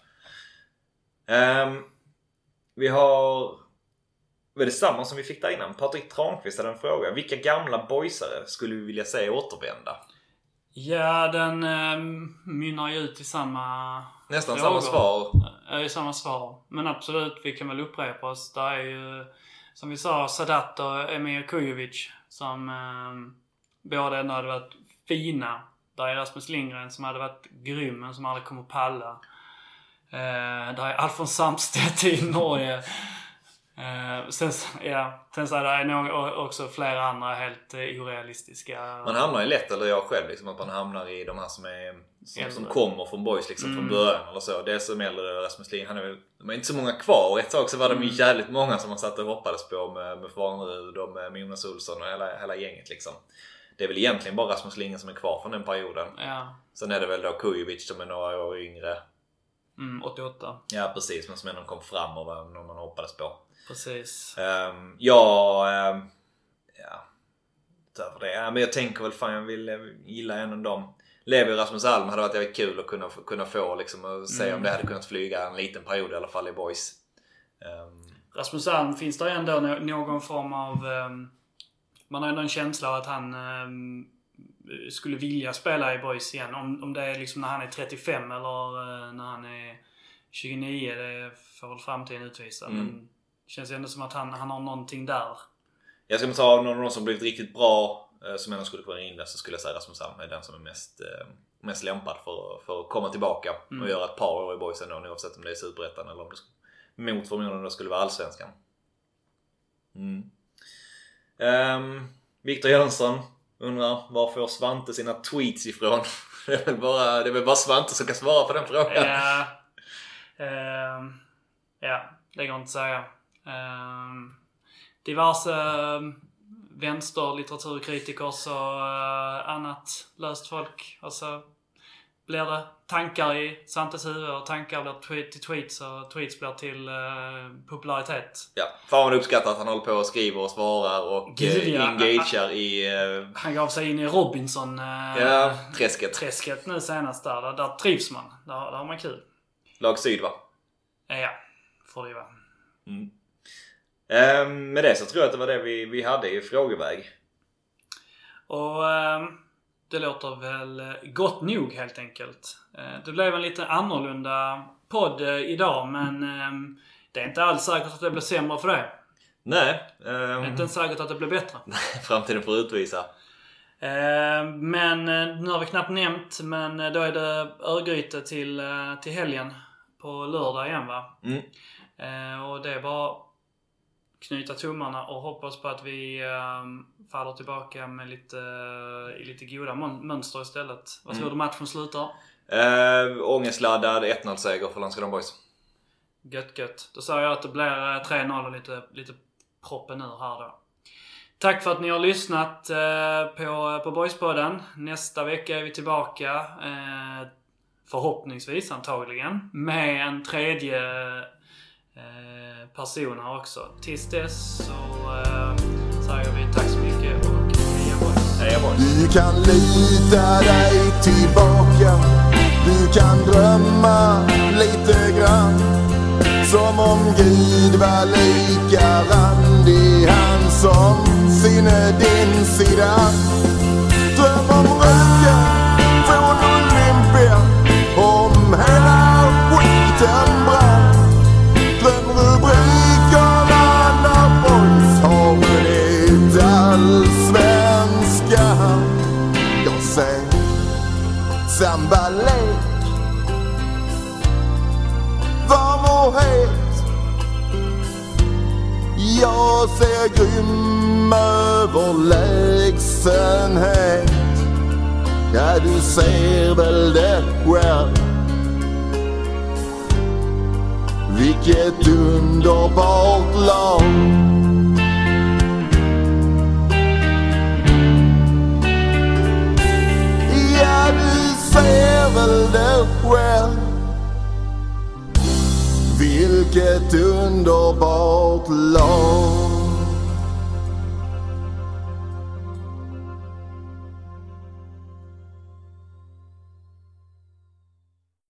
Um, vi har det är samma som vi fick där innan. Patrik Tranqvist hade en fråga. Vilka gamla boysare skulle vi vilja se återvända?
Ja, den eh, mynnar ju ut i samma
Nästan
frågor.
samma svar.
Ja, i samma svar. Men absolut, vi kan väl upprepa oss. Det är ju, som vi sa, Sadat och Emir Kujovic som eh, båda ändå hade varit fina. Där är Rasmus Lindgren som hade varit grym men som aldrig kommer palla. Eh, där är Alfons Samstedt i Norge. Uh, sen, ja, sen så är det nog också flera andra helt uh, orealistiska.
Man hamnar ju lätt, eller jag själv liksom, att man hamnar i de här som är som, som kommer från boys liksom, mm. från början eller så. Det är som äldre Rasmus Lindgren, han är väl, de är inte så många kvar, och ett tag så var det mm. jävligt många som man satt och hoppades på med, med Farnerud och med Jonas Olsson och hela, hela gänget liksom. Det är väl egentligen bara Rasmus Lindgren som är kvar från den perioden.
Ja.
Sen är det väl då Kujovic som är några år yngre.
Mm, åttioåtta.
Ja, precis, men som ändå kom fram och var någon man hoppades på.
Precis.
Um, ja, um, ja, därför det. Ja, men jag tänker väl fan, jag vill jag gilla en av dem. Levi och Rasmus Alm hade varit jävligt kul att kunna, kunna få liksom, och se mm. om det hade kunnat flyga en liten period i alla fall i boys. Um,
Rasmus Alm, finns det ändå någon form av um, man har ändå en känsla av att han um, skulle vilja spela i boys igen. Om, om det är liksom när han är trettiofem eller uh, när han är tjugonio, det får väl framtiden utvisa. Mm. Men det känns ändå som att han, han har någonting där. Jag
ska ta någon, någon som blivit riktigt bra eh, som ändå skulle kunna in där, så skulle jag säga Rasmus Alm är den som är mest, eh, mest lämpad för, för att komma tillbaka mm. och göra ett par år i boys ändå, oavsett om det är Superettan eller om det mot förmodan det skulle vara Allsvenskan. Mm. Um, Viktor Jönsson undrar var får Svante sina tweets ifrån? Det är väl bara, det är väl bara Svante som kan svara på den frågan.
Ja, uh, ja det går inte att säga. Uh, diverse uh, vänsterlitteraturkritikers och uh, annat löst folk. Alltså blir det tankar i Svantes huvud och tankar blir tweet till tweets och tweets blir till uh, popularitet.
Ja, fan vad uppskattar att han håller på och skriver och svarar och Gud, ja, engagerar i... Uh...
Han gav sig in i Robinson uh,
ja, träsket.
träsket nu senast där. Där, där trivs man. Där, där har man kul.
Lag Syd, va?
Ja, får det vara.
Mm. Um, med det så tror jag att det var det vi, vi hade i frågeväg.
Och um, det låter väl gott nog helt enkelt. Uh, det blev en lite annorlunda podd uh, idag, men um, det är inte alls säkert att det blir sämre för det.
Nej. Um...
Det är inte ens säkert att det blir bättre.
Framtiden får utvisa.
Uh, men uh, nu har vi knappt nämnt, men uh, då är det Örgryte till, uh, till helgen på lördag igen, va?
Mm.
Uh, och det är bara knyta tummarna och hoppas på att vi um, faller tillbaka med lite, uh, i lite goda mönster istället. Vad tror mm. du matchen slutar?
Uh, ångestladdad ett noll seger för Landskrona Boys.
Gött, gött. Då säger jag att det blir uh, tre noll och lite, lite proppen ur här då. Tack för att ni har lyssnat uh, på, på Boyspodden. Nästa vecka är vi tillbaka. Uh, förhoppningsvis antagligen. Med en tredje uh, person här också. Tills dess så uh, säger vi tack så mycket och heja Boys.
Heja Boys.
Du kan lita dig tillbaka. Du kan drömma lite grann. Som om Gud var lika randig. Han som sinne din sida. Dröm om röken från Olympia. Om hela skiten brann. Dröm rubrikerna när Boys har vunnit allsvenskan. Jag Samba-lek, varm och het. Jag ser grym överlägsenhet. Ja, du ser väl det själv. Vilket underbart lag. Ja, du ser väl det själv. Vilket underbart lag.